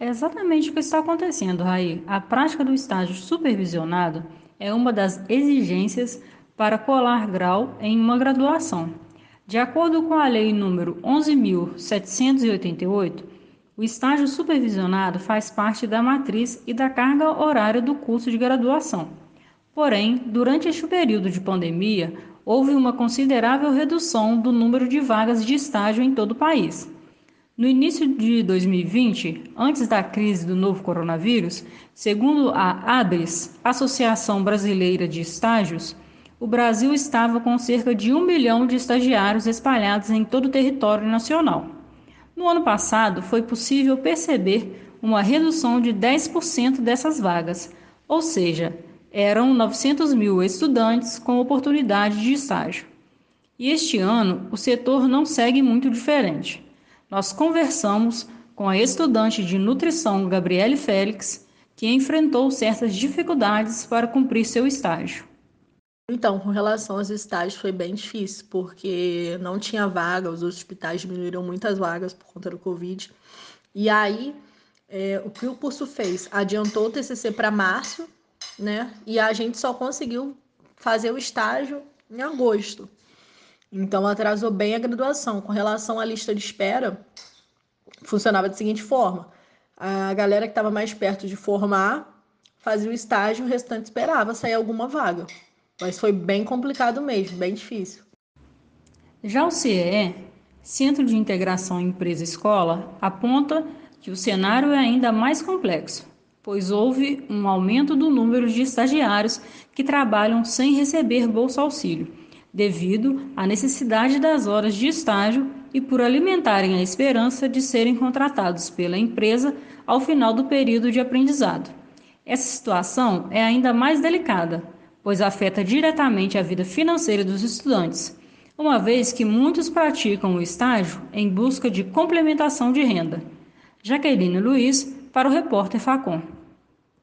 É exatamente o que está acontecendo, Raí. A prática do estágio supervisionado é uma das exigências para colar grau em uma graduação. De acordo com a Lei nº 11.788, o estágio supervisionado faz parte da matriz e da carga horária do curso de graduação. Porém, durante este período de pandemia, houve uma considerável redução do número de vagas de estágio em todo o país. No início de 2020, antes da crise do novo coronavírus, segundo a ABRES, Associação Brasileira de Estágios, o Brasil estava com cerca de 1 milhão de estagiários espalhados em todo o território nacional. No ano passado, foi possível perceber uma redução de 10% dessas vagas, ou seja, eram 900 mil estudantes com oportunidade de estágio. E este ano, o setor não segue muito diferente. Nós conversamos com a estudante de nutrição Gabriele Félix, que enfrentou certas dificuldades para cumprir seu estágio. Então, com relação aos estágios, foi bem difícil, porque não tinha vaga, os hospitais diminuíram muitas vagas por conta do Covid. E aí, o que o curso fez? Adiantou o TCC para março, né? E a gente só conseguiu fazer o estágio em agosto. Então, atrasou bem a graduação. Com relação à lista de espera, funcionava da seguinte forma: a galera que estava mais perto de formar fazia o estágio, o restante esperava sair alguma vaga. Mas foi bem complicado mesmo, bem difícil. Já o CEE, Centro de Integração Empresa-Escola, aponta que o cenário é ainda mais complexo, pois houve um aumento do número de estagiários que trabalham sem receber bolsa auxílio, devido à necessidade das horas de estágio e por alimentarem a esperança de serem contratados pela empresa ao final do período de aprendizado. Essa situação é ainda mais delicada, pois afeta diretamente a vida financeira dos estudantes, uma vez que muitos praticam o estágio em busca de complementação de renda. Jaqueline Luiz, para o repórter Facom.